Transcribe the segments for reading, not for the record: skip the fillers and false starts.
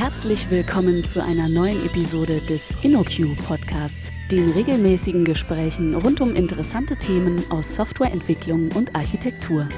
Herzlich willkommen zu einer neuen Episode des InnoQ Podcasts, den regelmäßigen Gesprächen rund um interessante Themen aus Softwareentwicklung und Architektur.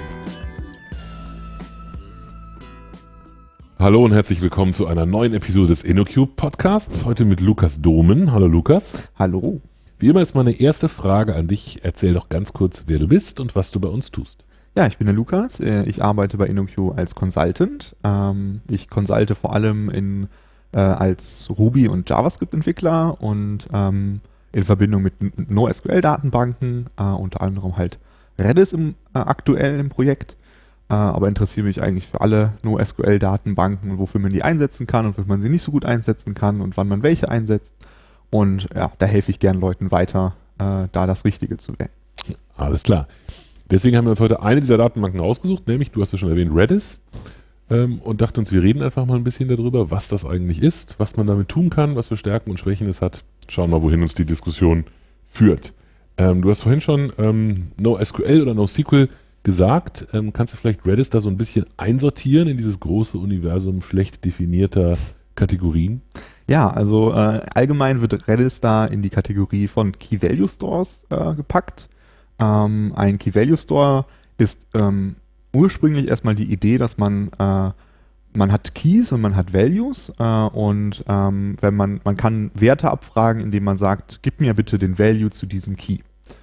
Hallo und herzlich willkommen zu einer neuen Episode des InnoQ Podcasts. Heute mit Lukas Domen. Hallo Lukas. Hallo. Wie immer ist meine erste Frage an dich. Erzähl doch ganz kurz, wer du bist und was du bei uns tust. Ja, ich bin der Lukas. Ich arbeite bei InnoQ als Consultant. Ich consulte vor allem als Ruby- und JavaScript-Entwickler und in Verbindung mit NoSQL-Datenbanken, unter anderem halt Redis aktuell im Projekt. Aber interessiere mich eigentlich für alle NoSQL-Datenbanken und wofür man die einsetzen kann und wofür man sie nicht so gut einsetzen kann und wann man welche einsetzt. Und ja, da helfe ich gern Leuten weiter, da das Richtige zu wählen. Alles klar. Deswegen haben wir uns heute eine dieser Datenbanken ausgesucht, nämlich, du hast es schon erwähnt, Redis. Und dachten uns, wir reden einfach mal ein bisschen darüber, was das eigentlich ist, was man damit tun kann, was für Stärken und Schwächen es hat. Schauen mal, wohin uns die Diskussion führt. Du hast vorhin schon NoSQL oder NoSQL gesagt. Kannst du vielleicht Redis da so ein bisschen einsortieren in dieses große Universum schlecht definierter Kategorien? Ja, also allgemein wird Redis da in die Kategorie von Key-Value-Stores gepackt. Ein Key-Value-Store ist ursprünglich erstmal die Idee, dass man hat Keys und man hat Values und wenn man kann Werte abfragen, indem man sagt, gib mir bitte den Value zu diesem Key.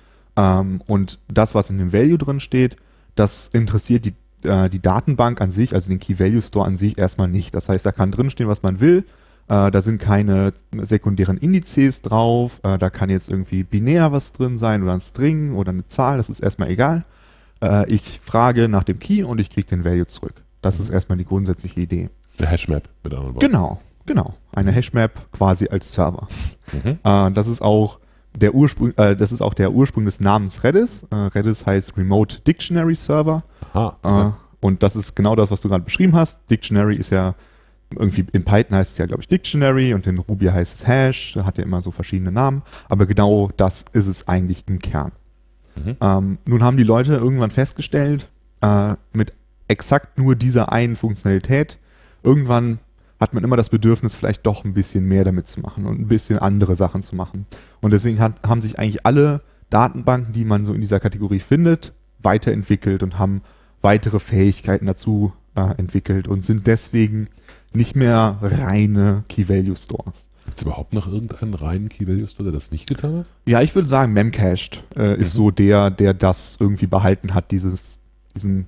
Und das, was in dem Value drin steht, das interessiert die Datenbank an sich, also den Key-Value-Store an sich erstmal nicht. Das heißt, da kann drinstehen, was man will. Da sind keine sekundären Indizes drauf, da kann jetzt irgendwie binär was drin sein oder ein String oder eine Zahl, das ist erstmal egal. Ich frage nach dem Key und ich kriege den Value zurück. Das ist erstmal die grundsätzliche Idee. Eine Hashmap mit anderen Worten. Genau. Eine Hashmap quasi als Server. Das ist auch der Ursprung des Namens Redis. Redis heißt Remote Dictionary Server. Und das ist genau das, was du gerade beschrieben hast. Dictionary ist ja irgendwie, in Python heißt es ja, glaube ich, Dictionary und in Ruby heißt es Hash, da hat ja immer so verschiedene Namen, aber genau das ist es eigentlich im Kern. Nun haben die Leute irgendwann festgestellt, mit exakt nur dieser einen Funktionalität, irgendwann hat man immer das Bedürfnis, vielleicht doch ein bisschen mehr damit zu machen und ein bisschen andere Sachen zu machen. Und deswegen haben sich eigentlich alle Datenbanken, die man so in dieser Kategorie findet, weiterentwickelt und haben weitere Fähigkeiten dazu entwickelt und sind deswegen nicht mehr reine Key-Value-Stores. Gibt es überhaupt noch irgendeinen reinen Key-Value-Store, der das nicht getan hat? Ja, ich würde sagen, Memcached ist so der das irgendwie behalten hat, diesen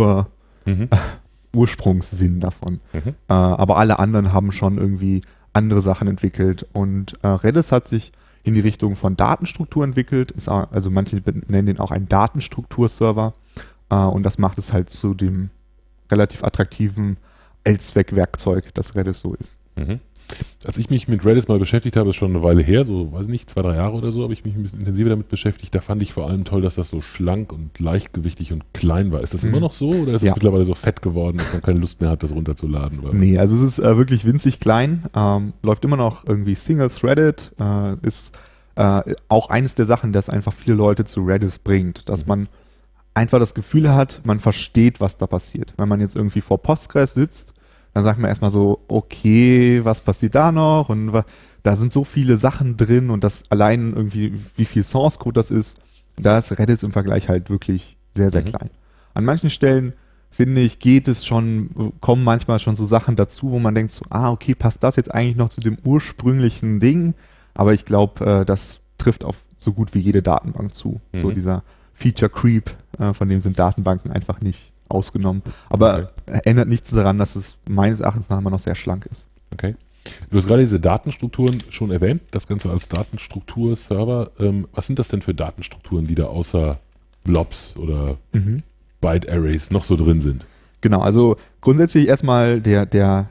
Ursprungssinn davon. Aber alle anderen haben schon irgendwie andere Sachen entwickelt und Redis hat sich in die Richtung von Datenstruktur entwickelt, also manche nennen den auch einen Datenstrukturserver und das macht es halt zu dem relativ attraktiven Allzweckwerkzeug, das Redis so ist. Als ich mich mit Redis mal beschäftigt habe, ist schon eine Weile her, so, weiß nicht, 2-3 Jahre oder so, habe ich mich ein bisschen intensiver damit beschäftigt. Da fand ich vor allem toll, dass das so schlank und leichtgewichtig und klein war. Ist das immer noch so oder ist es mittlerweile so fett geworden, dass man keine Lust mehr hat, das runterzuladen? Oder? Nee, also es ist wirklich winzig klein, läuft immer noch irgendwie single-threaded, ist auch eines der Sachen, das einfach viele Leute zu Redis bringt, dass man einfach das Gefühl hat, man versteht, was da passiert. Wenn man jetzt irgendwie vor Postgres sitzt, dann sagt man erstmal so, okay, was passiert da noch? Und da sind so viele Sachen drin und das allein irgendwie, wie viel Source Code das ist, da ist Redis im Vergleich halt wirklich sehr, sehr klein. An manchen Stellen, finde ich, kommen manchmal schon so Sachen dazu, wo man denkt so, okay, passt das jetzt eigentlich noch zu dem ursprünglichen Ding? Aber ich glaube, das trifft auf so gut wie jede Datenbank zu. So dieser Feature Creep, von dem sind Datenbanken einfach nicht ausgenommen. Aber ändert nichts daran, dass es meines Erachtens nach immer noch sehr schlank ist. Okay. Du hast gerade diese Datenstrukturen schon erwähnt, das Ganze als Datenstruktur-Server. Was sind das denn für Datenstrukturen, die da außer Blobs oder Byte-Arrays noch so drin sind? Genau, also grundsätzlich erstmal der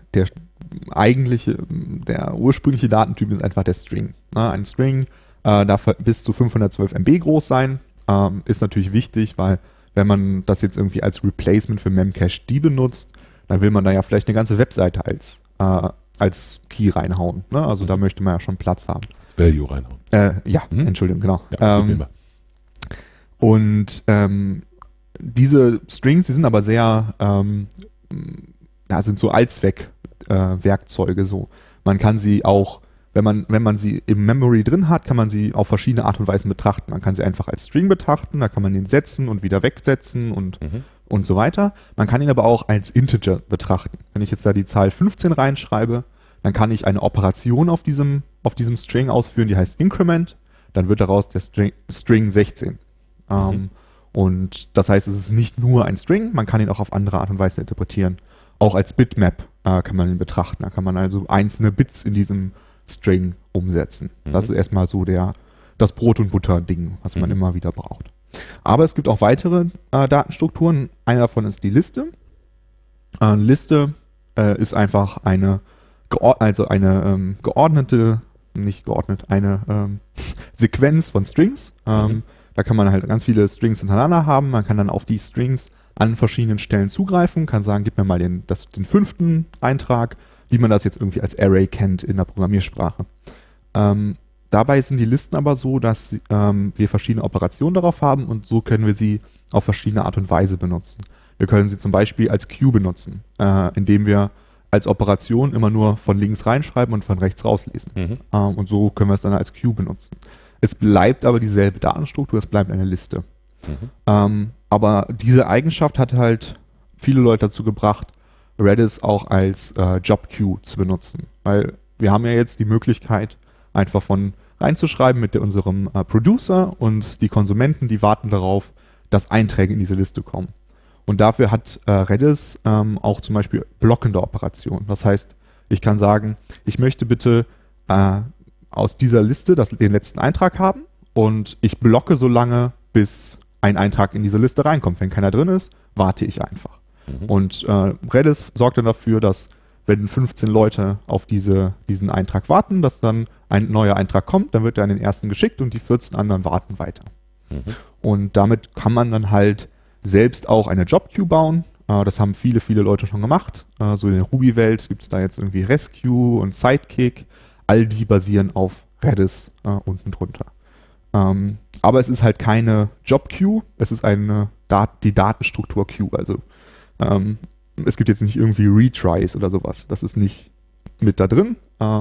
ursprüngliche Datentyp ist einfach der String. Ein String darf bis zu 512 MB groß sein. Ist natürlich wichtig, weil wenn man das jetzt irgendwie als Replacement für Memcached benutzt, dann will man da ja vielleicht eine ganze Webseite als Key reinhauen. Ne? Also da möchte man ja schon Platz haben. Als Value reinhauen. Entschuldigung, genau. Ja, und diese Strings, die sind aber sehr sind so Allzweck-Werkzeuge so. Man kann sie auch, wenn man sie im Memory drin hat, kann man sie auf verschiedene Art und Weisen betrachten. Man kann sie einfach als String betrachten, da kann man den setzen und wieder wegsetzen und so weiter. Man kann ihn aber auch als Integer betrachten. Wenn ich jetzt da die Zahl 15 reinschreibe, dann kann ich eine Operation auf diesem String ausführen, die heißt Increment. Dann wird daraus der String 16. Und das heißt, es ist nicht nur ein String, man kann ihn auch auf andere Art und Weise interpretieren. Auch als Bitmap kann man ihn betrachten. Da kann man also einzelne Bits in diesem String umsetzen. Das ist erstmal so das Brot- und Butter-Ding, was man immer wieder braucht. Aber es gibt auch weitere Datenstrukturen. Eine davon ist die Liste. Eine Liste ist einfach eine Sequenz von Strings. Da kann man halt ganz viele Strings hintereinander haben. Man kann dann auf die Strings an verschiedenen Stellen zugreifen, kann sagen, gib mir mal den 5. Eintrag, wie man das jetzt irgendwie als Array kennt in der Programmiersprache. Dabei sind die Listen aber so, dass wir verschiedene Operationen darauf haben und so können wir sie auf verschiedene Art und Weise benutzen. Wir können sie zum Beispiel als Queue benutzen, indem wir als Operation immer nur von links reinschreiben und von rechts rauslesen. Und so können wir es dann als Queue benutzen. Es bleibt aber dieselbe Datenstruktur, es bleibt eine Liste. Aber diese Eigenschaft hat halt viele Leute dazu gebracht, Redis auch als Job-Queue zu benutzen. Weil wir haben ja jetzt die Möglichkeit, einfach von reinzuschreiben mit unserem Producer und die Konsumenten, die warten darauf, dass Einträge in diese Liste kommen. Und dafür hat Redis auch zum Beispiel blockende Operationen. Das heißt, ich kann sagen, ich möchte bitte aus dieser Liste den letzten Eintrag haben und ich blocke so lange, bis ein Eintrag in diese Liste reinkommt. Wenn keiner drin ist, warte ich einfach. Und Redis sorgt dann dafür, dass wenn 15 Leute auf diesen Eintrag warten, dass dann ein neuer Eintrag kommt, dann wird er an den ersten geschickt und die 14 anderen warten weiter. Und damit kann man dann halt selbst auch eine Job-Queue bauen. Das haben viele, viele Leute schon gemacht. So in der Ruby-Welt gibt es da jetzt irgendwie Rescue und Sidekick. All die basieren auf Redis unten drunter. Aber es ist halt keine Job-Queue, es ist die Datenstruktur-Queue. Also es gibt jetzt nicht irgendwie Retries oder sowas. Das ist nicht mit da drin.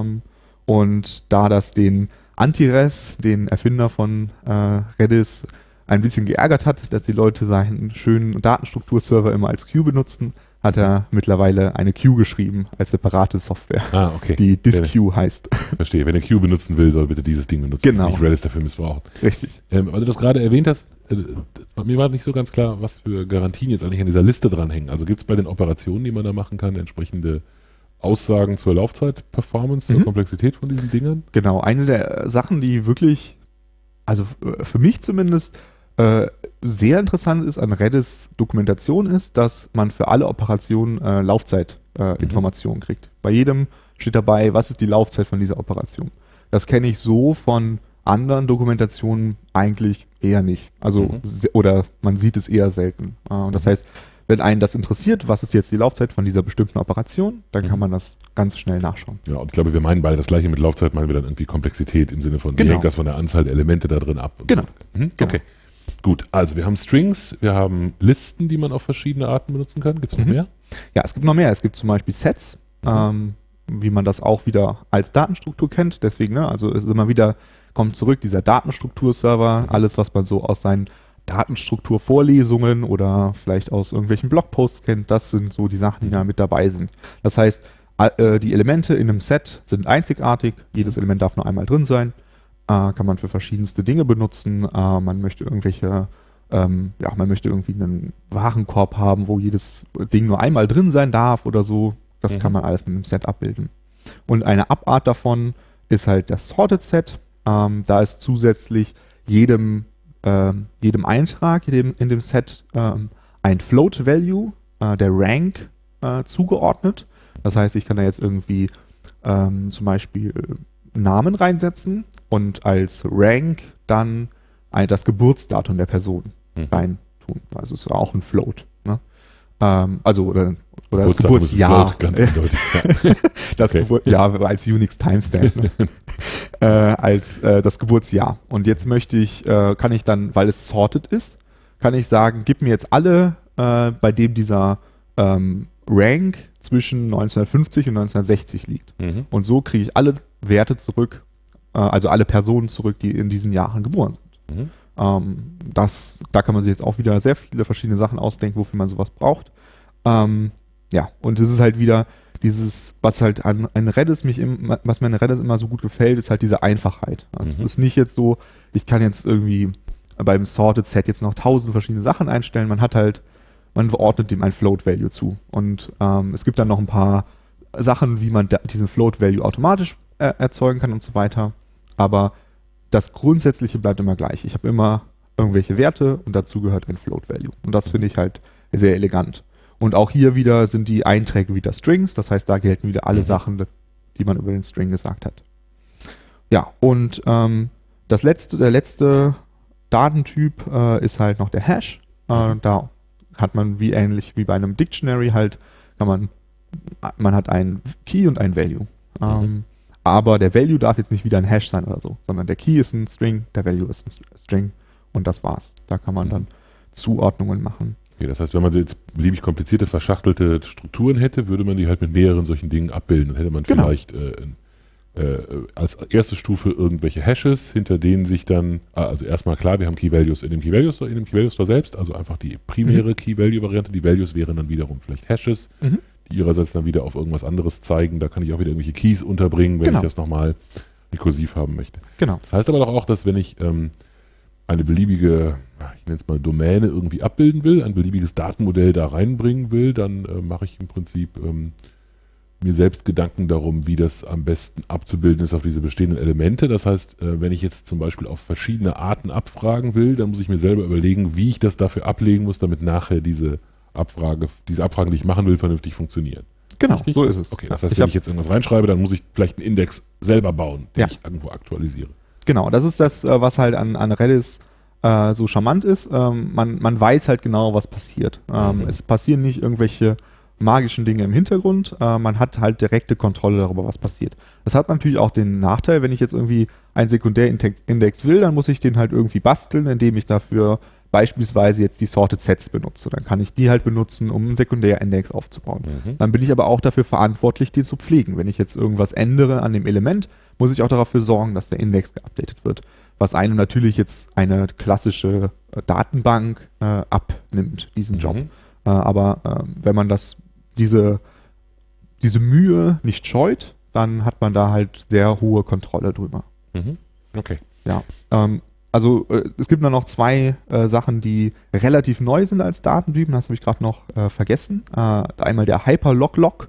Und da das den Anti-Res, den Erfinder von Redis, ein bisschen geärgert hat, dass die Leute seinen schönen Datenstrukturserver immer als Queue benutzen, hat er mittlerweile eine Queue geschrieben als separate Software, die DisQueue heißt. Verstehe. Wenn er Queue benutzen will, soll bitte dieses Ding benutzen, genau. Nicht Redis dafür missbrauchen. Richtig. Weil du das gerade erwähnt hast, mir war nicht so ganz klar, was für Garantien jetzt eigentlich an dieser Liste dranhängen. Also gibt es bei den Operationen, die man da machen kann, entsprechende Aussagen zur Laufzeit-Performance, zur Komplexität von diesen Dingern? Genau. Eine der Sachen, die wirklich, also für mich zumindest, sehr interessant ist an Redis Dokumentation ist, dass man für alle Operationen Laufzeitinformationen kriegt. Bei jedem steht dabei, was ist die Laufzeit von dieser Operation. Das kenne ich so von anderen Dokumentationen eigentlich eher nicht. Also oder man sieht es eher selten. Und das heißt, wenn einen das interessiert, was ist jetzt die Laufzeit von dieser bestimmten Operation, dann kann man das ganz schnell nachschauen. Ja, und ich glaube, wir meinen beide das Gleiche mit Laufzeit, meinen wir dann irgendwie Komplexität im Sinne von, wie hängt das von der Anzahl der Elemente da drin ab? Genau. Okay. Gut, also wir haben Strings, wir haben Listen, die man auf verschiedene Arten benutzen kann. Gibt es noch mehr? Ja, es gibt noch mehr. Es gibt zum Beispiel Sets, wie man das auch wieder als Datenstruktur kennt. Deswegen, also es ist immer wieder, kommt zurück, dieser Datenstrukturserver, alles, was man so aus seinen Datenstrukturvorlesungen oder vielleicht aus irgendwelchen Blogposts kennt, das sind so die Sachen, die da mit dabei sind. Das heißt, die Elemente in einem Set sind einzigartig, jedes Element darf nur einmal drin sein. Kann man für verschiedenste Dinge benutzen. Man möchte irgendwie einen Warenkorb haben, wo jedes Ding nur einmal drin sein darf oder so. Das kann man alles mit einem Set abbilden. Und eine Abart davon ist halt das Sorted Set. Da ist zusätzlich jedem Eintrag in dem Set ein Float Value, der Rank, zugeordnet. Das heißt, ich kann da jetzt irgendwie zum Beispiel Namen reinsetzen und als Rank dann das Geburtsdatum der Person reintun. Also es ist auch ein Float. Ne? Oder das Geburtsjahr. Float, ganz eindeutig, ja. Als Unix Timestamp. Ne? Als das Geburtsjahr. Und jetzt kann ich dann, weil es sorted ist, kann ich sagen, gib mir jetzt alle, bei dem dieser Rank zwischen 1950 und 1960 liegt. Und so kriege ich alle Werte zurück, also alle Personen zurück, die in diesen Jahren geboren sind. Da kann man sich jetzt auch wieder sehr viele verschiedene Sachen ausdenken, wofür man sowas braucht. Ja, und es ist halt wieder dieses, was halt an Redis was mir an Redis immer so gut gefällt, ist halt diese Einfachheit. Also es ist nicht jetzt so, ich kann jetzt irgendwie beim Sorted Set jetzt noch 1000 verschiedene Sachen einstellen. Man verordnet dem ein Float Value zu. Und es gibt dann noch ein paar Sachen, wie man diesen Float Value automatisch erzeugen kann und so weiter. Aber das Grundsätzliche bleibt immer gleich. Ich habe immer irgendwelche Werte und dazu gehört ein Float Value. Und das finde ich halt sehr elegant. Und auch hier wieder sind die Einträge wieder Strings. Das heißt, da gelten wieder alle Sachen, die man über den String gesagt hat. Ja, und der letzte Datentyp ist halt noch der Hash. Da hat man ähnlich wie bei einem Dictionary halt, man hat einen Key und ein Value. Aber der Value darf jetzt nicht wieder ein Hash sein oder so, sondern der Key ist ein String, der Value ist ein String und das war's. Da kann man dann Zuordnungen machen. Okay, das heißt, wenn man so jetzt beliebig komplizierte, verschachtelte Strukturen hätte, würde man die halt mit mehreren solchen Dingen abbilden. Dann hätte man vielleicht als erste Stufe irgendwelche Hashes, hinter denen sich dann, also erstmal klar, wir haben Key-Values in dem Key-Value-Store selbst, also einfach die primäre Key-Value-Variante. Die Values wären dann wiederum vielleicht Hashes, die ihrerseits dann wieder auf irgendwas anderes zeigen. Da kann ich auch wieder irgendwelche Keys unterbringen, wenn ich das nochmal rekursiv haben möchte. Genau. Das heißt aber doch auch, dass wenn ich eine beliebige, ich nenne es mal Domäne irgendwie abbilden will, ein beliebiges Datenmodell da reinbringen will, dann mache ich im Prinzip mir selbst Gedanken darum, wie das am besten abzubilden ist auf diese bestehenden Elemente. Das heißt, wenn ich jetzt zum Beispiel auf verschiedene Arten abfragen will, dann muss ich mir selber überlegen, wie ich das dafür ablegen muss, damit nachher diese Abfragen, die ich machen will, vernünftig funktionieren. Genau, richtig? So ist es. Okay, das heißt, wenn ich jetzt irgendwas reinschreibe, dann muss ich vielleicht einen Index selber bauen, den ich irgendwo aktualisiere. Genau, das ist das, was halt an Redis so charmant ist. Man weiß halt genau, was passiert. Es passieren nicht irgendwelche magischen Dinge im Hintergrund. Man hat halt direkte Kontrolle darüber, was passiert. Das hat natürlich auch den Nachteil, wenn ich jetzt irgendwie einen Sekundärindex will, dann muss ich den halt irgendwie basteln, indem ich dafür beispielsweise jetzt die Sorted Sets benutze. Dann kann ich die halt benutzen, um einen Sekundärindex aufzubauen. Dann bin ich aber auch dafür verantwortlich, den zu pflegen. Wenn ich jetzt irgendwas ändere an dem Element, muss ich auch dafür sorgen, dass der Index geupdatet wird. Was einem natürlich jetzt eine klassische Datenbank abnimmt, diesen Job. Aber wenn man diese Mühe nicht scheut, dann hat man da halt sehr hohe Kontrolle drüber. Okay. Ja. Also es gibt noch zwei Sachen, die relativ neu sind als Datentypen. Das habe ich gerade noch vergessen. Einmal der Hyperlog-Log.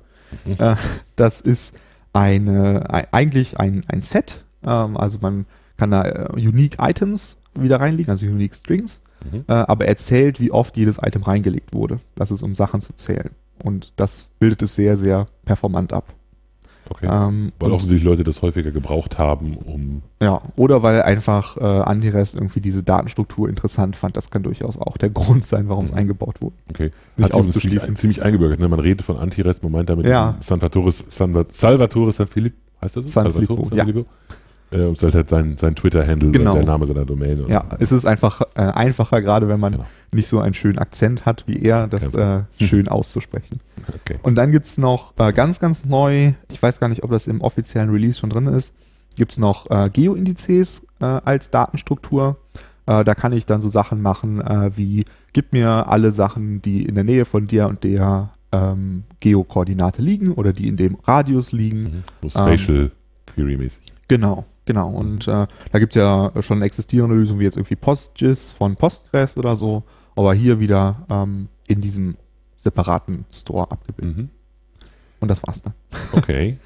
Das ist eigentlich ein Set. Also man kann da Unique Items wieder reinlegen, also Unique Strings. Aber er zählt, wie oft jedes Item reingelegt wurde. Das ist, um Sachen zu zählen. Und das bildet es sehr, sehr performant ab. Okay. Weil offensichtlich Leute das häufiger gebraucht haben, um... Ja, oder weil einfach Antirest irgendwie diese Datenstruktur interessant fand. Das kann durchaus auch der Grund sein, warum es eingebaut wurde. Okay. Nicht Hat sich ziemlich eingebürgert. Ne? Man redet von Antirest, man meint damit Salvatore Sanfilippo, heißt das so? Sanfilippo, ja. Und es halt sein Twitter-Handle oder der Name seiner Domain. Ja, es ist einfach einfacher, gerade wenn man nicht so einen schönen Akzent hat wie er, das schön auszusprechen. Okay. Und dann gibt es noch ganz, ganz neu, ich weiß gar nicht, ob das im offiziellen Release schon drin ist, gibt es noch Geoindizes als Datenstruktur. Da kann ich dann so Sachen machen wie, gib mir alle Sachen, die in der Nähe von der und der Geokoordinate liegen oder die in dem Radius liegen. So Spatial Query-mäßig. Genau. Und da gibt es ja schon existierende Lösungen, wie jetzt irgendwie PostGIS von Postgres oder so, aber hier wieder in diesem separaten Store abgebildet. Und das war's dann. Okay.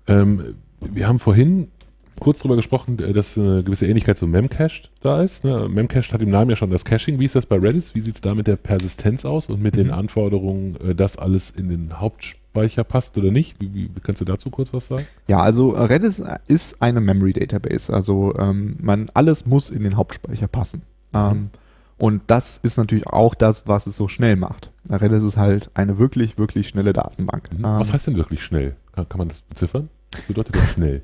Wir haben vorhin kurz darüber gesprochen, dass eine gewisse Ähnlichkeit zu Memcached da ist. Ne? Memcached hat im Namen ja schon das Caching. Wie ist das bei Redis? Wie sieht es da mit der Persistenz aus und mit den Anforderungen, dass alles in den Hauptspeicher passt oder nicht? Wie kannst du dazu kurz was sagen? Ja, also Redis ist eine Memory Database. Also alles muss in den Hauptspeicher passen. Und das ist natürlich auch das, was es so schnell macht. Redis ist halt eine wirklich, wirklich schnelle Datenbank. Was heißt denn wirklich schnell? Kann man das beziffern? Was bedeutet das schnell?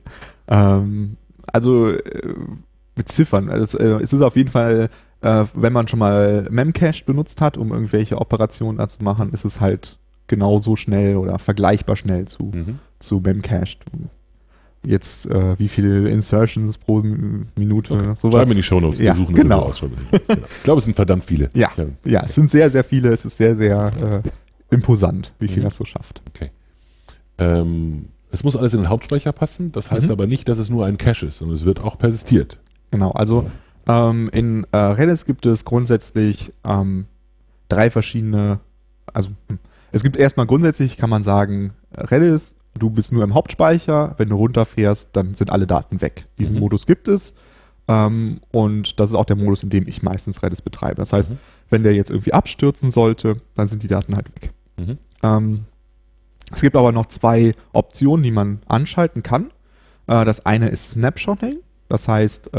Beziffern. Es ist auf jeden Fall, wenn man schon mal Memcached benutzt hat, um irgendwelche Operationen da zu machen, ist es halt genauso schnell oder vergleichbar schnell zu Memcached. Jetzt wie viele Insertions pro Minute, sowas. Schreiben wir in die Shownotes, wir suchen das raus. Genau. Ich glaube, es sind verdammt viele. Ja, es sind sehr, sehr viele. Es ist sehr, sehr imposant, wie viel das so schafft. Okay. Es muss alles in den Hauptspeicher passen, das heißt aber nicht, dass es nur ein Cache ist, sondern es wird auch persistiert. Genau, also in Redis gibt es grundsätzlich 3 verschiedene, also es gibt erstmal grundsätzlich, kann man sagen, Redis, du bist nur im Hauptspeicher, wenn du runterfährst, dann sind alle Daten weg. Diesen Modus gibt es und das ist auch der Modus, in dem ich meistens Redis betreibe. Das heißt, wenn der jetzt irgendwie abstürzen sollte, dann sind die Daten halt weg. Es gibt aber noch 2 Optionen, die man anschalten kann. Das eine ist Snapshotting, das heißt,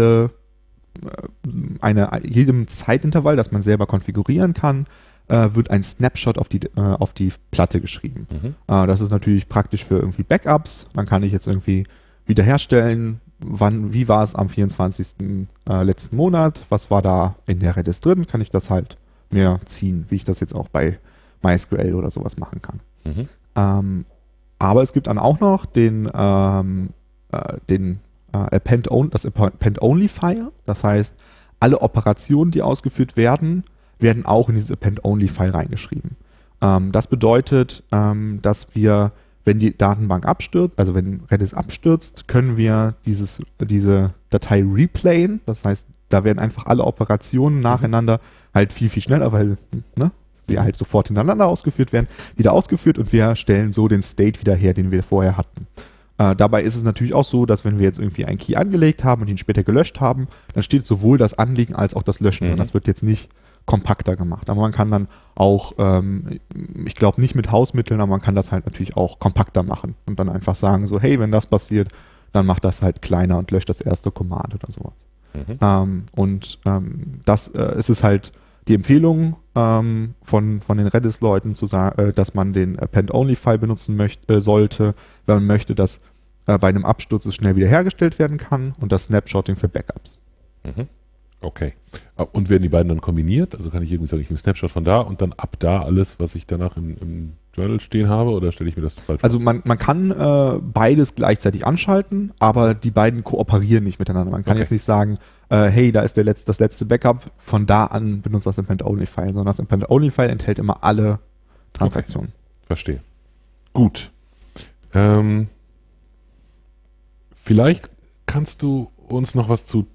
jedem Zeitintervall, das man selber konfigurieren kann, wird ein Snapshot auf die Platte geschrieben. Das ist natürlich praktisch für irgendwie Backups. Dann kann ich jetzt irgendwie wiederherstellen, wie war es am 24. Letzten Monat, was war da in der Redis drin, kann ich das halt mir ziehen, wie ich das jetzt auch bei MySQL oder sowas machen kann. Aber es gibt dann auch noch das Append-Only-File. Das heißt, alle Operationen, die ausgeführt werden, werden auch in dieses Append-Only-File reingeschrieben. Das bedeutet, dass wir, wenn die Datenbank abstürzt, also wenn Redis abstürzt, können wir diese Datei replayen. Das heißt, da werden einfach alle Operationen nacheinander halt viel, viel schneller, weil sie halt sofort hintereinander ausgeführt werden, wieder ausgeführt und wir stellen so den State wieder her, den wir vorher hatten. Dabei ist es natürlich auch so, dass wenn wir jetzt irgendwie einen Key angelegt haben und ihn später gelöscht haben, dann steht sowohl das Anlegen als auch das Löschen. Und das wird jetzt nicht kompakter gemacht. Aber man kann dann auch, ich glaube nicht mit Hausmitteln, aber man kann das halt natürlich auch kompakter machen und dann einfach sagen so, hey, wenn das passiert, dann macht das halt kleiner und löscht das erste Command oder sowas. Es ist halt die Empfehlung von den Redis-Leuten zu sagen, dass man den Append-Only-File benutzen sollte, wenn man möchte, dass bei einem Absturz es schnell wiederhergestellt werden kann und das Snapshotting für Backups. Okay. Und werden die beiden dann kombiniert? Also kann ich irgendwie sagen, ich nehme Snapshot von da und dann ab da alles, was ich danach im Journal stehen habe, oder stelle ich mir das falsch vor? Also man kann beides gleichzeitig anschalten, aber die beiden kooperieren nicht miteinander. Man kann jetzt nicht sagen, hey, da ist das letzte Backup, von da an benutzt das Append-Only-File, sondern das Append-Only-File enthält immer alle Transaktionen. Verstehe. Gut. Vielleicht kannst du uns noch was zu...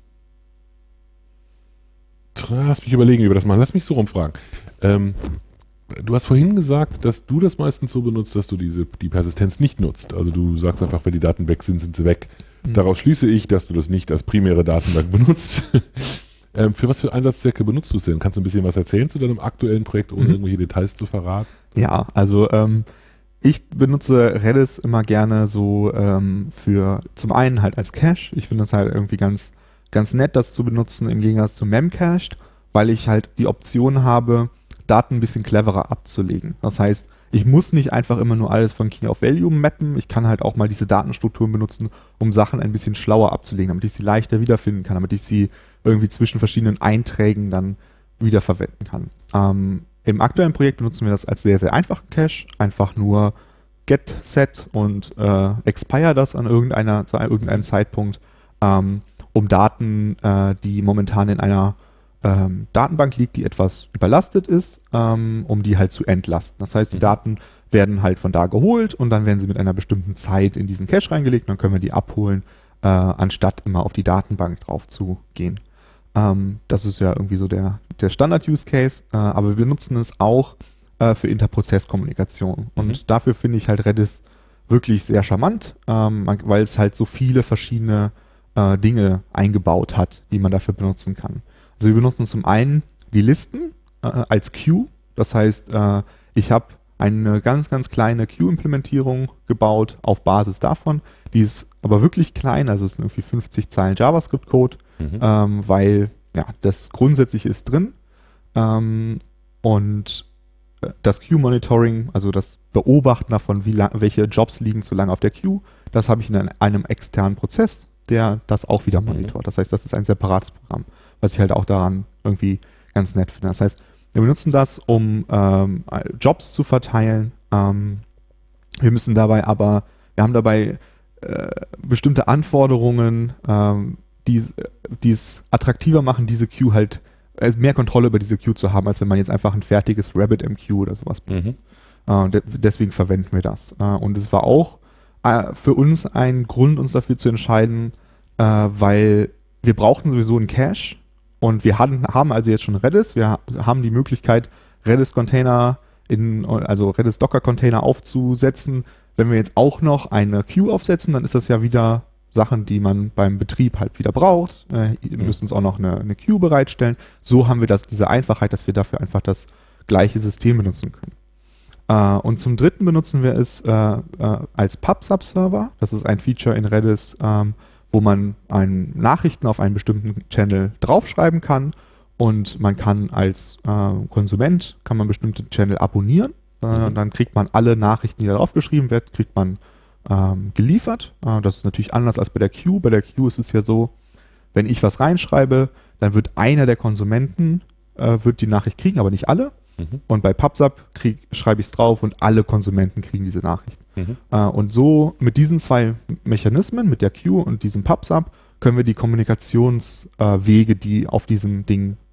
Lass mich überlegen, wie wir das machen. Lass mich so rumfragen. Du hast vorhin gesagt, dass du das meistens so benutzt, dass du die Persistenz nicht nutzt. Also du sagst einfach, wenn die Daten weg sind, sind sie weg. Daraus schließe ich, dass du das nicht als primäre Datenbank benutzt. Für was für Einsatzzwecke benutzt du es denn? Kannst du ein bisschen was erzählen zu deinem aktuellen Projekt, ohne irgendwelche Details zu verraten? Ja, also ich benutze Redis immer gerne so für zum einen halt als Cache. Ich finde das halt irgendwie ganz nett, das zu benutzen im Gegensatz zu Memcached, weil ich halt die Option habe, Daten ein bisschen cleverer abzulegen. Das heißt, ich muss nicht einfach immer nur alles von Key of Value mappen, ich kann halt auch mal diese Datenstrukturen benutzen, um Sachen ein bisschen schlauer abzulegen, damit ich sie leichter wiederfinden kann, damit ich sie irgendwie zwischen verschiedenen Einträgen dann wiederverwenden kann. Im aktuellen Projekt benutzen wir das als sehr, sehr einfachen Cache, einfach nur get, set und expire das zu irgendeinem Zeitpunkt, um Daten, die momentan in einer Datenbank liegt, die etwas überlastet ist, um die halt zu entlasten. Das heißt, die Daten werden halt von da geholt und dann werden sie mit einer bestimmten Zeit in diesen Cache reingelegt und dann können wir die abholen, anstatt immer auf die Datenbank drauf zu gehen. Das ist ja irgendwie so der Standard-Use-Case, aber wir benutzen es auch für Interprozesskommunikation. Und dafür finde ich halt Redis wirklich sehr charmant, weil es halt so viele verschiedene Dinge eingebaut hat, die man dafür benutzen kann. Also wir benutzen zum einen die Listen als Queue. Das heißt, ich habe eine ganz, ganz kleine Queue-Implementierung gebaut auf Basis davon. Die ist aber wirklich klein, also es sind irgendwie 50 Zeilen JavaScript-Code, weil ja, das Grundsätzliche ist drin. Und das Queue-Monitoring, also das Beobachten davon, welche Jobs liegen zu lange auf der Queue, das habe ich in einem externen Prozess, der das auch wieder monitort. Das heißt, das ist ein separates Programm, was ich halt auch daran irgendwie ganz nett finde. Das heißt, Wir benutzen das, um Jobs zu verteilen. Wir haben dabei bestimmte Anforderungen, die es attraktiver machen, diese Queue halt, mehr Kontrolle über diese Queue zu haben, als wenn man jetzt einfach ein fertiges RabbitMQ oder sowas benutzt. Deswegen verwenden wir das. Und es war auch für uns ein Grund, uns dafür zu entscheiden, weil wir brauchten sowieso einen Cache und wir haben also jetzt schon Redis. Wir haben die Möglichkeit, Redis-Container also Redis-Docker-Container aufzusetzen. Wenn wir jetzt auch noch eine Queue aufsetzen, dann ist das ja wieder Sachen, die man beim Betrieb halt wieder braucht. Wir müssen uns auch noch eine Queue bereitstellen. So haben wir diese Einfachheit, dass wir dafür einfach das gleiche System benutzen können. Und zum Dritten benutzen wir es als PubSub-Server. Das ist ein Feature in Redis, wo man Nachrichten auf einen bestimmten Channel draufschreiben kann. Und man kann als Konsument bestimmte Channel abonnieren. Dann kriegt man alle Nachrichten, die da draufgeschrieben werden, kriegt man geliefert. Das ist natürlich anders als bei der Queue. Bei der Queue ist es ja so, wenn ich was reinschreibe, dann wird einer der Konsumenten wird die Nachricht kriegen, aber nicht alle. Und bei PubSub schreibe ich es drauf und alle Konsumenten kriegen diese Nachricht. Und so mit diesen zwei Mechanismen, mit der Queue und diesem PubSub, können wir die Kommunikationswege, die auf diesem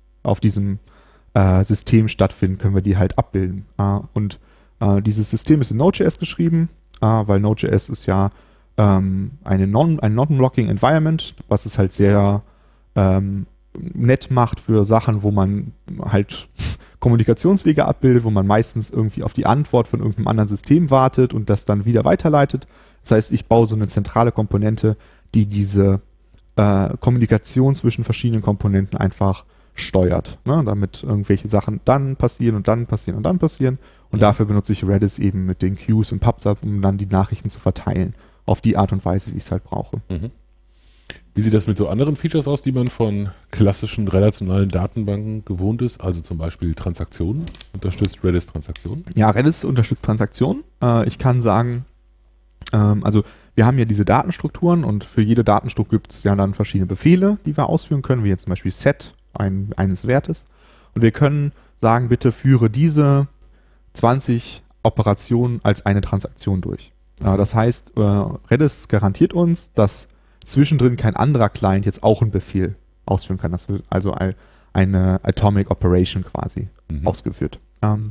System stattfinden, können wir die halt abbilden. Und dieses System ist in Node.js geschrieben, weil Node.js ist ja ein Non-Blocking Environment, was es halt sehr nett macht für Sachen, wo man halt Kommunikationswege abbildet, wo man meistens irgendwie auf die Antwort von irgendeinem anderen System wartet und das dann wieder weiterleitet. Das heißt, ich baue so eine zentrale Komponente, die diese Kommunikation zwischen verschiedenen Komponenten einfach steuert, ne? Damit irgendwelche Sachen dann passieren und dann passieren und dann passieren. Und dafür benutze ich Redis eben mit den Queues und PubSub, um dann die Nachrichten zu verteilen. Auf die Art und Weise, wie ich es halt brauche. Wie sieht das mit so anderen Features aus, die man von klassischen relationalen Datenbanken gewohnt ist? Also zum Beispiel Transaktionen. Unterstützt Redis Transaktionen? Ja, Redis unterstützt Transaktionen. Ich kann sagen, also wir haben ja diese Datenstrukturen und für jede Datenstruktur gibt es ja dann verschiedene Befehle, die wir ausführen können, wie jetzt zum Beispiel set eines Wertes. Und wir können sagen, bitte führe diese 20 Operationen als eine Transaktion durch. Das heißt, Redis garantiert uns, dass zwischendrin kein anderer Client jetzt auch einen Befehl ausführen kann. Das wird also eine Atomic Operation quasi ausgeführt.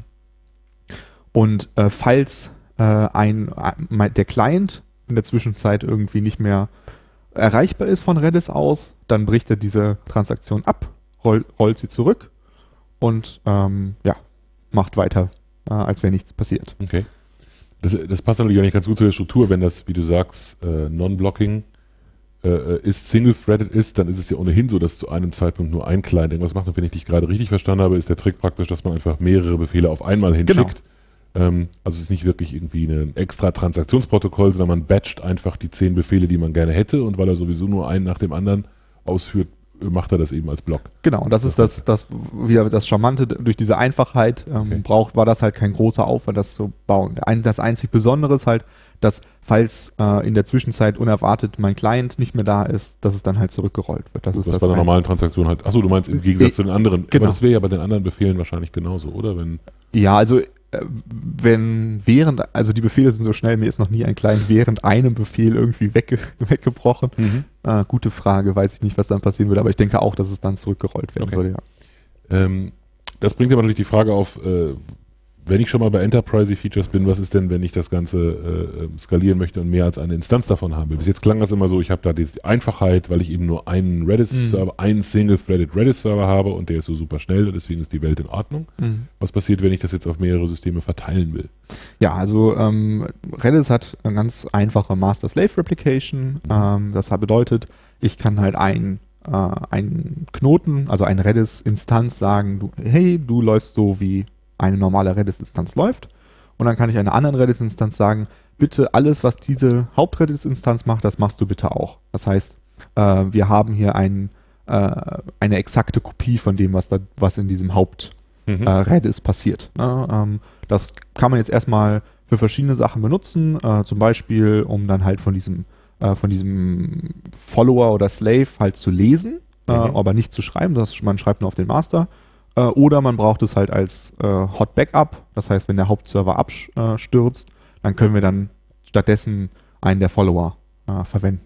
Und falls der Client in der Zwischenzeit irgendwie nicht mehr erreichbar ist von Redis aus, dann bricht er diese Transaktion ab, rollt sie zurück und macht weiter, als wäre nichts passiert. Okay. Das passt natürlich auch nicht ganz gut zu der Struktur, wenn das, wie du sagst, Non-Blocking Single-Threaded ist, dann ist es ja ohnehin so, dass zu einem Zeitpunkt nur ein Client irgendwas macht. Und wenn ich dich gerade richtig verstanden habe, ist der Trick praktisch, dass man einfach mehrere Befehle auf einmal hinschickt. Genau. Also es ist nicht wirklich irgendwie ein extra Transaktionsprotokoll, sondern man batcht einfach die 10 Befehle, die man gerne hätte. Und weil er sowieso nur einen nach dem anderen ausführt, macht er das eben als Block. Genau, und das ist das wieder das Charmante. Durch diese Einfachheit war das halt kein großer Aufwand, das zu bauen. Das einzig Besondere ist halt, dass falls in der Zwischenzeit unerwartet mein Client nicht mehr da ist, dass es dann halt zurückgerollt wird. Das ist bei der normalen Transaktion halt. Achso, du meinst im Gegensatz zu den anderen. Genau. Aber das wäre ja bei den anderen Befehlen wahrscheinlich genauso, oder? Ja, also also die Befehle sind so schnell, mir ist noch nie ein Client während einem Befehl irgendwie weggebrochen. Gute Frage, weiß ich nicht, was dann passieren würde, aber ich denke auch, dass es dann zurückgerollt werden würde, ja. Das bringt aber natürlich die Frage auf, wenn ich schon mal bei Enterprise-Features bin, was ist denn, wenn ich das Ganze skalieren möchte und mehr als eine Instanz davon habe? Bis jetzt klang das immer so, ich habe da diese Einfachheit, weil ich eben nur einen Redis-Server, einen Single-Threaded Redis-Server habe und der ist so super schnell und deswegen ist die Welt in Ordnung. Was passiert, wenn ich das jetzt auf mehrere Systeme verteilen will? Ja, also Redis hat eine ganz einfache Master-Slave-Replication. Das bedeutet, ich kann halt einen Knoten, also eine Redis-Instanz sagen, du läufst so wie eine normale Redis-Instanz läuft. Und dann kann ich einer anderen Redis-Instanz sagen, bitte alles, was diese Haupt-Redis-Instanz macht, das machst du bitte auch. Das heißt, wir haben hier eine exakte Kopie von dem, was in diesem Haupt-Redis passiert. Das kann man jetzt erstmal für verschiedene Sachen benutzen, zum Beispiel, um dann halt von diesem Follower oder Slave halt zu lesen, aber nicht zu schreiben. Man schreibt nur auf den Master. Oder man braucht es halt als Hot Backup. Das heißt, wenn der Hauptserver abstürzt, dann können wir dann stattdessen einen der Follower verwenden.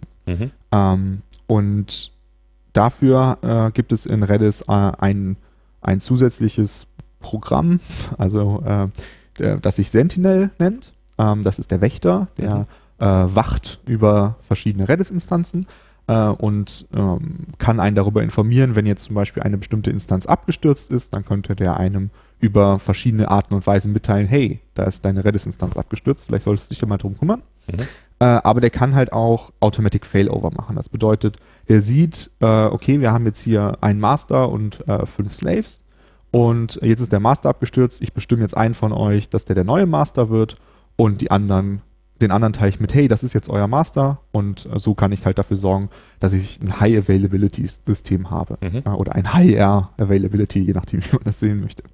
Und dafür gibt es in Redis ein zusätzliches Programm, also das sich Sentinel nennt. Das ist der Wächter, der wacht über verschiedene Redis-Instanzen und kann einen darüber informieren, wenn jetzt zum Beispiel eine bestimmte Instanz abgestürzt ist, dann könnte der einem über verschiedene Arten und Weisen mitteilen, hey, da ist deine Redis-Instanz abgestürzt, vielleicht solltest du dich da mal drum kümmern. Aber der kann halt auch Automatic Failover machen. Das bedeutet, der sieht, okay, wir haben jetzt hier einen Master und 5 Slaves und jetzt ist der Master abgestürzt, ich bestimme jetzt einen von euch, dass der neue Master wird und den anderen teile ich mit, hey, das ist jetzt euer Master und so kann ich halt dafür sorgen, dass ich ein High-Availability-System habe oder ein High-Air-Availability, je nachdem, wie man das sehen möchte.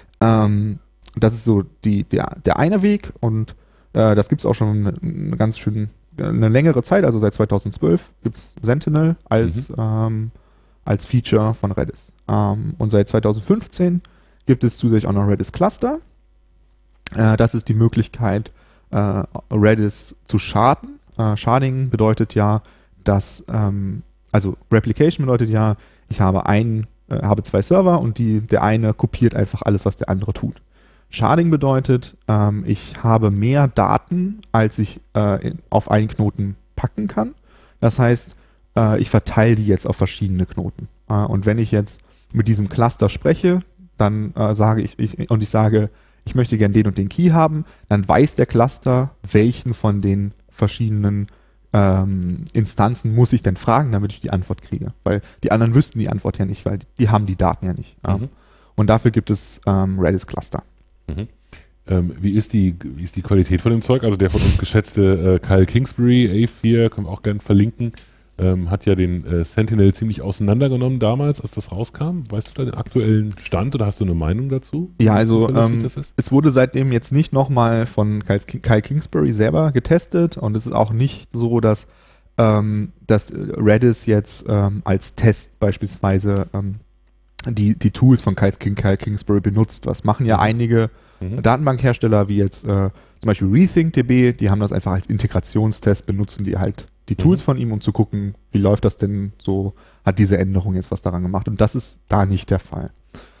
Das ist so der eine Weg und das gibt es auch schon eine längere Zeit, also seit 2012 gibt es Sentinel als Feature von Redis. Und seit 2015 gibt es zusätzlich auch noch Redis Cluster. Das ist die Möglichkeit, Redis zu sharden. Sharding bedeutet ja, dass, also Replication bedeutet ja, ich habe habe 2 Server und der eine kopiert einfach alles, was der andere tut. Sharding bedeutet, ich habe mehr Daten, als ich auf einen Knoten packen kann. Das heißt, ich verteile die jetzt auf verschiedene Knoten. Und wenn ich jetzt mit diesem Cluster spreche, dann sage ich sage, ich möchte gerne den und den Key haben, dann weiß der Cluster, welchen von den verschiedenen Instanzen muss ich denn fragen, damit ich die Antwort kriege. Weil die anderen wüssten die Antwort ja nicht, weil die haben die Daten ja nicht. Und dafür gibt es Redis Cluster. Wie ist die Qualität von dem Zeug? Also der von uns geschätzte Kyle Kingsbury, A4, können wir auch gerne verlinken, hat ja den Sentinel ziemlich auseinandergenommen damals, als das rauskam. Weißt du da den aktuellen Stand oder hast du eine Meinung dazu? Ja, also es wurde seitdem jetzt nicht nochmal von Kyle Kingsbury selber getestet und es ist auch nicht so, dass Redis jetzt als Test beispielsweise die Tools von Kyle Kingsbury benutzt. Was machen ja einige Datenbankhersteller, wie jetzt zum Beispiel RethinkDB, die haben das einfach als Integrationstest, benutzen die halt die Tools von ihm, um zu gucken, wie läuft das denn so, hat diese Änderung jetzt was daran gemacht. Und das ist da nicht der Fall.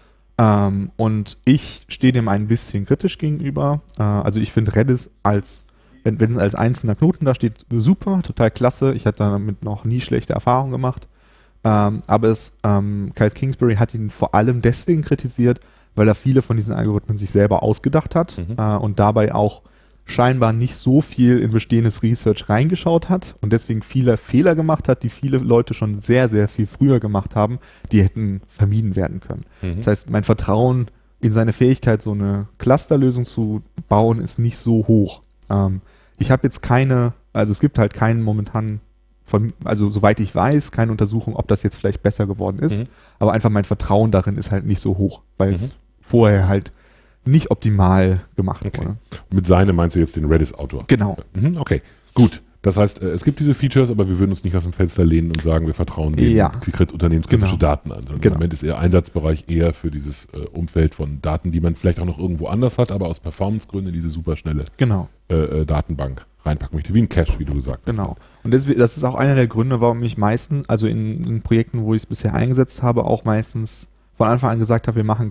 Und ich stehe dem ein bisschen kritisch gegenüber. Also ich finde Redis wenn es als einzelner Knoten da steht, super, total klasse. Ich hatte damit noch nie schlechte Erfahrungen gemacht. Aber Kyle Kingsbury hat ihn vor allem deswegen kritisiert, weil er viele von diesen Algorithmen sich selber ausgedacht hat und dabei auch scheinbar nicht so viel in bestehendes Research reingeschaut hat und deswegen viele Fehler gemacht hat, die viele Leute schon sehr, sehr viel früher gemacht haben, die hätten vermieden werden können. Das heißt, mein Vertrauen in seine Fähigkeit, so eine Clusterlösung zu bauen, ist nicht so hoch. Ich habe jetzt es gibt halt keinen momentan also soweit ich weiß, keine Untersuchung, ob das jetzt vielleicht besser geworden ist, aber einfach mein Vertrauen darin ist halt nicht so hoch, weil es vorher halt nicht optimal gemacht wurde. Mit seine meinst du jetzt den Redis-Autor? Genau. Okay, gut. Das heißt, es gibt diese Features, aber wir würden uns nicht aus dem Fenster lehnen und sagen, wir vertrauen den unternehmenskritische Daten an. Im Moment ist ihr Einsatzbereich eher für dieses Umfeld von Daten, die man vielleicht auch noch irgendwo anders hat, aber aus Performancegründen diese superschnelle Datenbank reinpacken möchte, wie ein Cache, wie du gesagt hast. Genau. Und das ist auch einer der Gründe, warum ich meistens, also in Projekten, wo ich es bisher eingesetzt habe, auch meistens von Anfang an gesagt habe, wir machen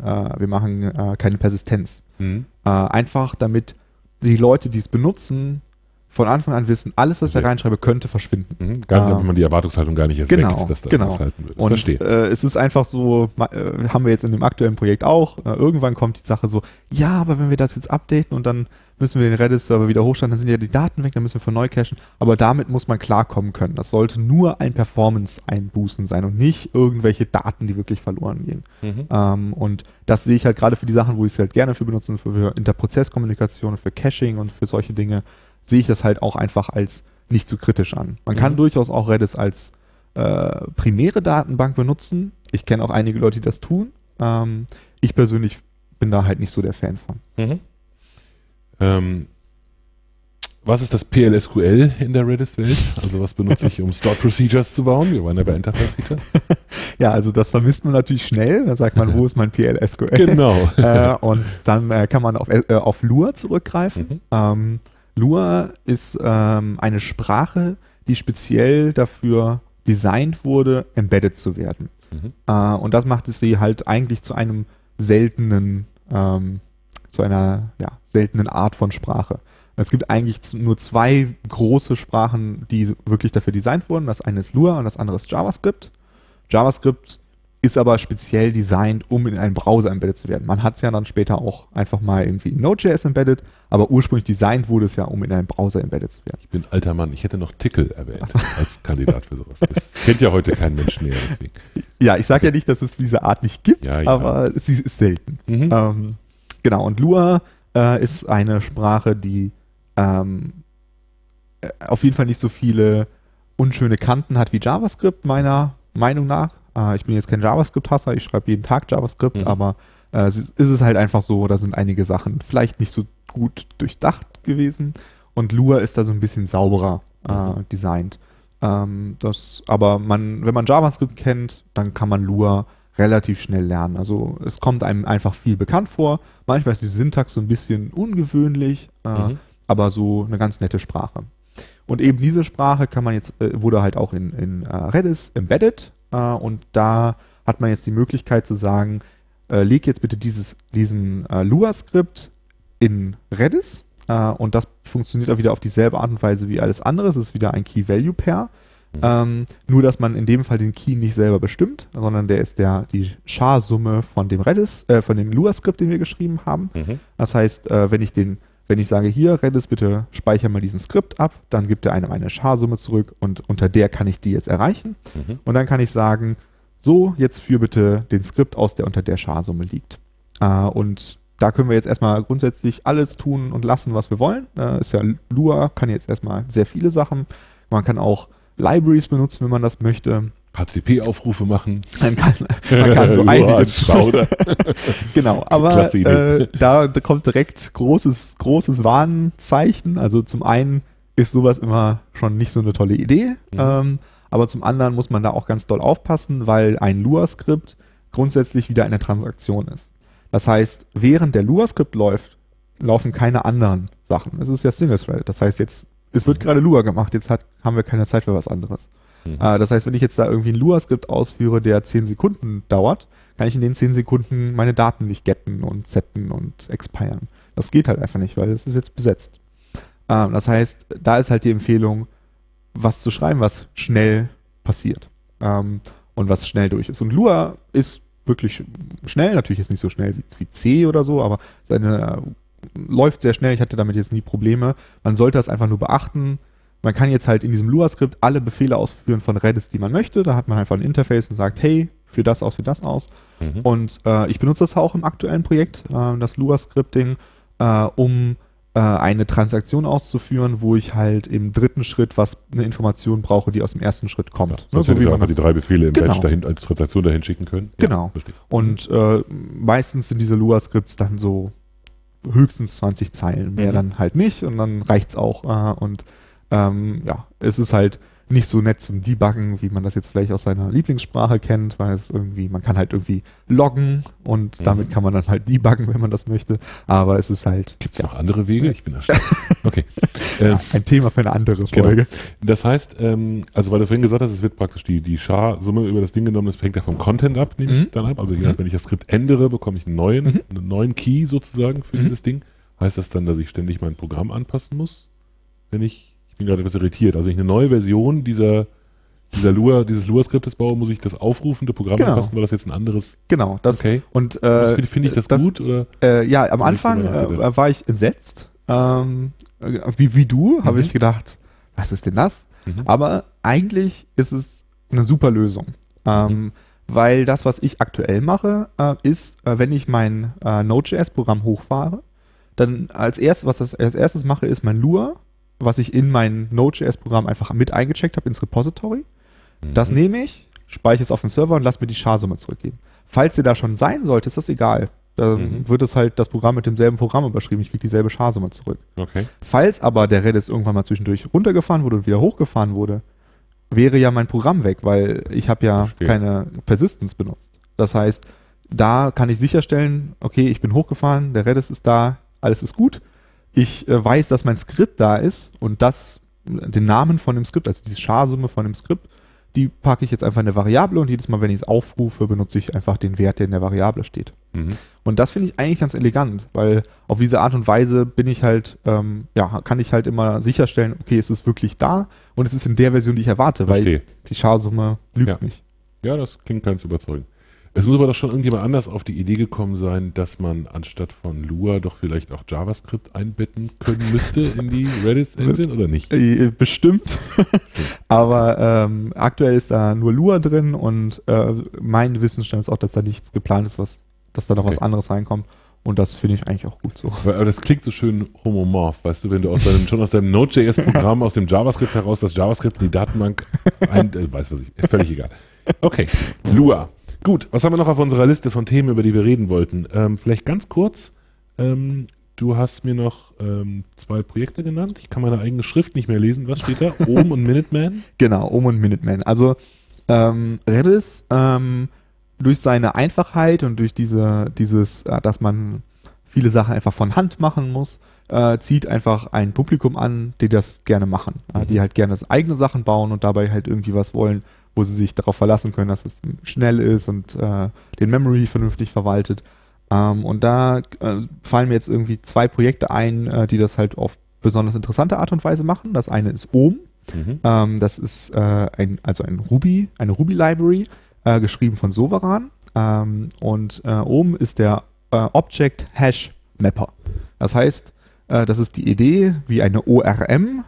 keine Persistenz. Einfach damit die Leute, die es benutzen, von Anfang an wissen, alles, was ich da reinschreibe, könnte verschwinden. Damit man die Erwartungshaltung gar nicht erst weckt, dass da was halten würde. Und es ist einfach so, haben wir jetzt in dem aktuellen Projekt auch, irgendwann kommt die Sache so, ja, aber wenn wir das jetzt updaten und dann müssen wir den Redis-Server wieder hochstellen, dann sind ja die Daten weg, dann müssen wir von neu cachen. Aber damit muss man klarkommen können. Das sollte nur ein Performance-Einbußen sein und nicht irgendwelche Daten, die wirklich verloren gehen. Und das sehe ich halt gerade für die Sachen, wo ich es halt gerne für benutze, für Interprozesskommunikation, für Caching und für solche Dinge, sehe ich das halt auch einfach als nicht zu kritisch an. Man kann durchaus auch Redis als primäre Datenbank benutzen. Ich kenne auch einige Leute, die das tun. Ich persönlich bin da halt nicht so der Fan von. was ist das PLSQL in der Redis-Welt? Also was benutze ich, um Stored Procedures zu bauen? Wir waren ja bei Enterprise Features. Ja, also das vermisst man natürlich schnell. Da sagt man, wo ist mein PLSQL? Genau. Und dann kann man auf Lua zurückgreifen. Lua ist eine Sprache, die speziell dafür designt wurde, embedded zu werden. Und das macht es sie halt eigentlich zu einem seltenen, seltenen Art von Sprache. Es gibt eigentlich nur zwei große Sprachen, die wirklich dafür designt wurden. Das eine ist Lua und das andere ist JavaScript. JavaScript ist aber speziell designt, um in einen Browser embedded zu werden. Man hat es ja dann später auch einfach mal irgendwie in Node.js embedded, aber ursprünglich designt wurde es ja, um in einen Browser embedded zu werden. Ich bin alter Mann, ich hätte noch Tickle erwähnt als Kandidat für sowas. Das kennt ja heute kein Mensch mehr. Deswegen. Ja, ich sage ja nicht, dass es diese Art nicht gibt, aber sie ist selten. Genau, und Lua ist eine Sprache, die auf jeden Fall nicht so viele unschöne Kanten hat wie JavaScript, meiner Meinung nach. Ich bin jetzt kein JavaScript-Hasser, ich schreibe jeden Tag JavaScript, aber ist es halt einfach so, da sind einige Sachen vielleicht nicht so gut durchdacht gewesen und Lua ist da so ein bisschen sauberer designt. Wenn man JavaScript kennt, dann kann man Lua relativ schnell lernen. Also es kommt einem einfach viel bekannt vor. Manchmal ist die Syntax so ein bisschen ungewöhnlich, aber so eine ganz nette Sprache. Und eben diese Sprache wurde halt auch in Redis embedded und da hat man jetzt die Möglichkeit zu sagen, leg jetzt bitte diesen Lua-Skript in Redis und das funktioniert auch wieder auf dieselbe Art und Weise wie alles andere. Es ist wieder ein Key-Value-Pair. Nur, dass man in dem Fall den Key nicht selber bestimmt, sondern der ist die Char-Summe von dem von dem Lua-Skript, den wir geschrieben haben. Das heißt, wenn ich sage, hier, Redis, bitte speicher mal diesen Skript ab, dann gibt er einem eine Char-Summe zurück und unter der kann ich die jetzt erreichen. Und dann kann ich sagen, so, jetzt führ bitte den Skript aus, der unter der Char-Summe liegt. Und da können wir jetzt erstmal grundsätzlich alles tun und lassen, was wir wollen. Lua kann jetzt erstmal sehr viele Sachen. Man kann auch Libraries benutzen, wenn man das möchte. HTTP-Aufrufe machen. Man kann so einiges. Genau, aber da kommt direkt großes Warnzeichen. Also zum einen ist sowas immer schon nicht so eine tolle Idee, aber zum anderen muss man da auch ganz doll aufpassen, weil ein Lua-Skript grundsätzlich wieder eine Transaktion ist. Das heißt, während der Lua-Skript läuft, laufen keine anderen Sachen. Es ist ja Single-Threaded. Das heißt, es wird gerade Lua gemacht, jetzt haben wir keine Zeit für was anderes. Das heißt, wenn ich jetzt da irgendwie ein Lua-Skript ausführe, der 10 Sekunden dauert, kann ich in den 10 Sekunden meine Daten nicht getten und setten und expiren. Das geht halt einfach nicht, weil es ist jetzt besetzt. Das heißt, da ist halt die Empfehlung, was zu schreiben, was schnell passiert und was schnell durch ist. Und Lua ist wirklich schnell, natürlich jetzt nicht so schnell wie C oder so, aber läuft sehr schnell, ich hatte damit jetzt nie Probleme. Man sollte das einfach nur beachten. Man kann jetzt halt in diesem Lua-Skript alle Befehle ausführen von Redis, die man möchte. Da hat man einfach ein Interface und sagt, hey, führ das aus. Und ich benutze das auch im aktuellen Projekt, das Lua-Scripting, um eine Transaktion auszuführen, wo ich halt im dritten Schritt eine Information brauche, die aus dem ersten Schritt kommt. Ja, sonst hätte ich einfach die 3 Befehle im Batch als Transaktion dahin schicken können. Genau. Ja, und meistens sind diese Lua-Scripts dann so höchstens 20 Zeilen, mehr dann halt nicht und dann reicht's auch. Es ist halt nicht so nett zum Debuggen, wie man das jetzt vielleicht aus seiner Lieblingssprache kennt, weil man kann halt irgendwie loggen und damit kann man dann halt debuggen, wenn man das möchte. Aber es ist halt. Gibt es noch andere Wege? Ich bin erstaunt. Okay. Ein Thema für eine andere Folge. Genau. Das heißt, also weil du vorhin gesagt hast, es wird praktisch die Char-Summe über das Ding genommen, das hängt ja vom Content ab, nehme ich dann ab. Also wenn ich das Skript ändere, bekomme ich einen neuen Key sozusagen für dieses Ding. Heißt das dann, dass ich ständig mein Programm anpassen muss? Ich bin gerade etwas irritiert. Also wenn ich eine neue Version dieses Lua-Skriptes baue, muss ich das aufrufende Programm anpassen, weil das jetzt ein anderes... Genau. Okay. Und finde ich das gut? Oder? Ja, am Anfang war ich entsetzt. Wie du, habe ich gedacht, was ist denn das? Aber eigentlich ist es eine super Lösung. Weil das, was ich aktuell mache, ist, wenn ich mein Node.js-Programm hochfahre, dann als erstes mache, ist mein Lua, was ich in mein Node.js-Programm einfach mit eingecheckt habe ins Repository. Das nehme ich, speichere es auf dem Server und lasse mir die Char-Summe zurückgeben. Falls ihr da schon sein sollte, ist das egal. Da wird es halt das Programm mit demselben Programm überschrieben. Ich kriege dieselbe Charsumme zurück. Okay. Falls aber der Redis irgendwann mal zwischendurch runtergefahren wurde und wieder hochgefahren wurde, wäre ja mein Programm weg, weil ich habe ja keine Persistence benutzt. Das heißt, da kann ich sicherstellen, okay, ich bin hochgefahren, der Redis ist da, alles ist gut. Ich weiß, dass mein Skript da ist und den Namen von dem Skript, also diese Charsumme von dem Skript, die packe ich jetzt einfach in eine Variable und jedes Mal, wenn ich es aufrufe, benutze ich einfach den Wert, der in der Variable steht. Und das finde ich eigentlich ganz elegant, weil auf diese Art und Weise bin ich halt, kann ich halt immer sicherstellen, okay, es ist wirklich da und es ist in der Version, die ich erwarte, weil die Charsumme lügt nicht. Ja, das klingt ganz überzeugend. Es muss aber doch schon irgendjemand anders auf die Idee gekommen sein, dass man anstatt von Lua doch vielleicht auch JavaScript einbetten können müsste in die Redis-Engine, oder nicht? Bestimmt. Aber aktuell ist da nur Lua drin und mein Wissensstand ist auch, dass da nichts geplant ist, dass da noch was anderes reinkommt. Und das finde ich eigentlich auch gut so. Aber das klingt so schön homomorph, weißt du, wenn du schon aus deinem Node.js-Programm, aus dem JavaScript heraus das JavaScript in die Datenbank völlig egal. Okay, Lua. Gut, was haben wir noch auf unserer Liste von Themen, über die wir reden wollten? Vielleicht ganz kurz, du hast mir noch 2 Projekte genannt. Ich kann meine eigene Schrift nicht mehr lesen. Was steht da? Ohm und Minuteman? Genau, Ohm und Minuteman. Also Redis durch seine Einfachheit und durch dass man viele Sachen einfach von Hand machen muss, zieht einfach ein Publikum an, die das gerne machen. Die halt gerne eigene Sachen bauen und dabei halt irgendwie was wollen, wo sie sich darauf verlassen können, dass es schnell ist und den Memory vernünftig verwaltet. Und da fallen mir jetzt irgendwie 2 Projekte ein, die das halt auf besonders interessante Art und Weise machen. Das eine ist Ohm. Das ist eine Ruby-Library, geschrieben von Sovaran. Und Ohm ist der Object Hash Mapper. Das heißt, das ist die Idee wie eine ORM.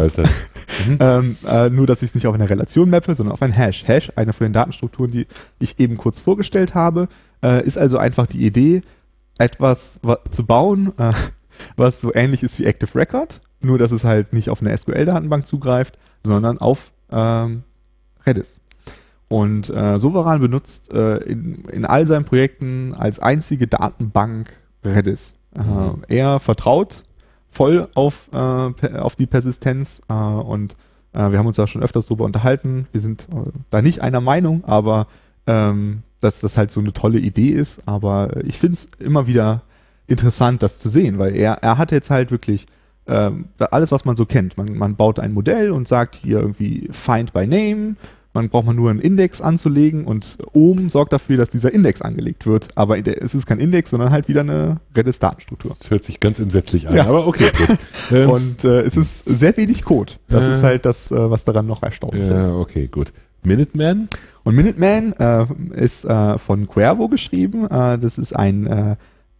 Nur, dass ich es nicht auf eine Relation mappe, sondern auf ein Hash. Hash, eine von den Datenstrukturen, die ich eben kurz vorgestellt habe, ist also einfach die Idee, etwas zu bauen, was so ähnlich ist wie Active Record, nur dass es halt nicht auf eine SQL-Datenbank zugreift, sondern auf Redis. Und Sovaran benutzt in all seinen Projekten als einzige Datenbank Redis. Er vertraut voll auf die Persistenz und wir haben uns da schon öfters drüber unterhalten. Wir sind da nicht einer Meinung, aber dass das halt so eine tolle Idee ist. Aber ich finde es immer wieder interessant, das zu sehen, weil er hat jetzt halt wirklich alles, was man so kennt. Man baut ein Modell und sagt hier irgendwie Find by Name. Man braucht nur einen Index anzulegen und Ohm sorgt dafür, dass dieser Index angelegt wird. Aber es ist kein Index, sondern halt wieder eine Redis-Datenstruktur. Das hört sich ganz entsetzlich an, aber okay. Gut. Und es ist sehr wenig Code. Das ist halt das, was daran noch erstaunlich ist. Ja, okay, gut. Minuteman? Und Minuteman ist von Cuervo geschrieben. Das ist ein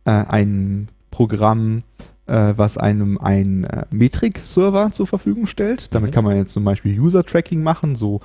Programm, was einem einen Metrik-Server zur Verfügung stellt. Damit kann man jetzt zum Beispiel User-Tracking machen, so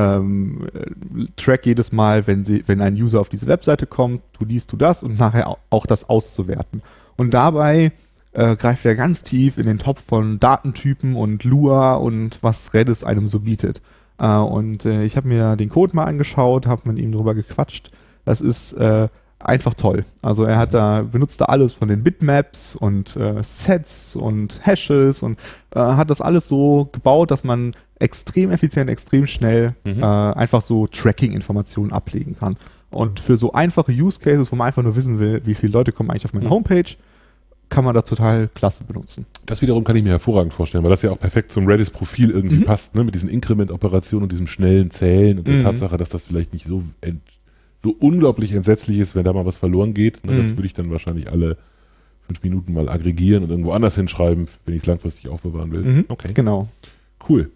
track jedes Mal, wenn ein User auf diese Webseite kommt, tu dies, tu das und nachher auch das auszuwerten. Und dabei greift er ganz tief in den Topf von Datentypen und Lua und was Redis einem so bietet. Und ich habe mir den Code mal angeschaut, habe mit ihm drüber gequatscht. Das ist einfach toll. Also benutzt da alles von den Bitmaps und Sets und Hashes und hat das alles so gebaut, dass man extrem effizient, extrem schnell einfach so Tracking-Informationen ablegen kann. Und für so einfache Use Cases, wo man einfach nur wissen will, wie viele Leute kommen eigentlich auf meine Homepage, kann man das total klasse benutzen. Das wiederum kann ich mir hervorragend vorstellen, weil das ja auch perfekt zum Redis-Profil irgendwie passt, ne? Mit diesen Increment-Operationen und diesem schnellen Zählen und der Tatsache, dass das vielleicht nicht so unglaublich entsetzlich ist, wenn da mal was verloren geht. Ne? Das würde ich dann wahrscheinlich alle 5 Minuten mal aggregieren und irgendwo anders hinschreiben, wenn ich es langfristig aufbewahren will. Okay. Genau. Cool.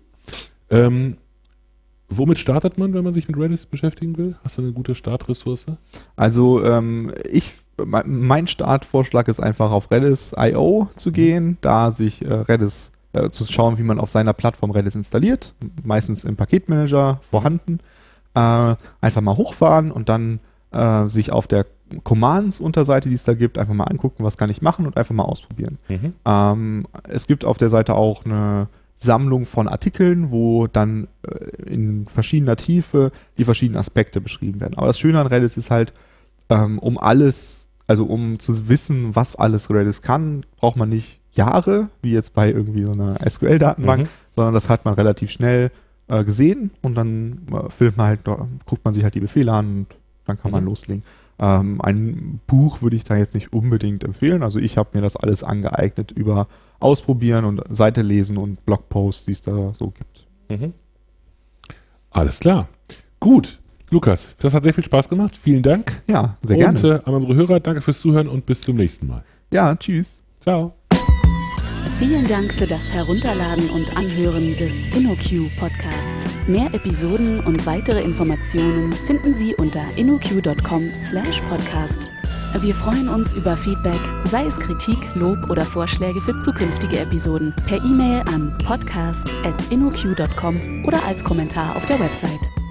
Womit startet man, wenn man sich mit Redis beschäftigen will? Hast du eine gute Startressource? Also mein Startvorschlag ist einfach auf Redis.io zu gehen, da sich Redis zu schauen, wie man auf seiner Plattform Redis installiert, meistens im Paketmanager vorhanden. Einfach mal hochfahren und dann sich auf der Commands-Unterseite, die es da gibt, einfach mal angucken, was kann ich machen und einfach mal ausprobieren. Es gibt auf der Seite auch eine Sammlung von Artikeln, wo dann in verschiedener Tiefe die verschiedenen Aspekte beschrieben werden. Aber das Schöne an Redis ist halt, um alles also um zu wissen, was alles Redis kann, braucht man nicht Jahre, wie jetzt bei irgendwie so einer SQL-Datenbank, sondern das hat man relativ schnell gesehen und dann guckt man sich halt die Befehle an und dann kann man loslegen. Ein Buch würde ich da jetzt nicht unbedingt empfehlen. Also ich habe mir das alles angeeignet über Ausprobieren und Seite lesen und Blogposts, die es da so gibt. Alles klar. Gut. Lukas, das hat sehr viel Spaß gemacht. Vielen Dank. Ja, sehr gerne. Und an unsere Hörer, danke fürs Zuhören und bis zum nächsten Mal. Ja, tschüss. Ciao. Vielen Dank für das Herunterladen und Anhören des InnoQ Podcasts. Mehr Episoden und weitere Informationen finden Sie unter innoq.com/podcast. Wir freuen uns über Feedback, sei es Kritik, Lob oder Vorschläge für zukünftige Episoden, per E-Mail an podcast@innoq.com oder als Kommentar auf der Website.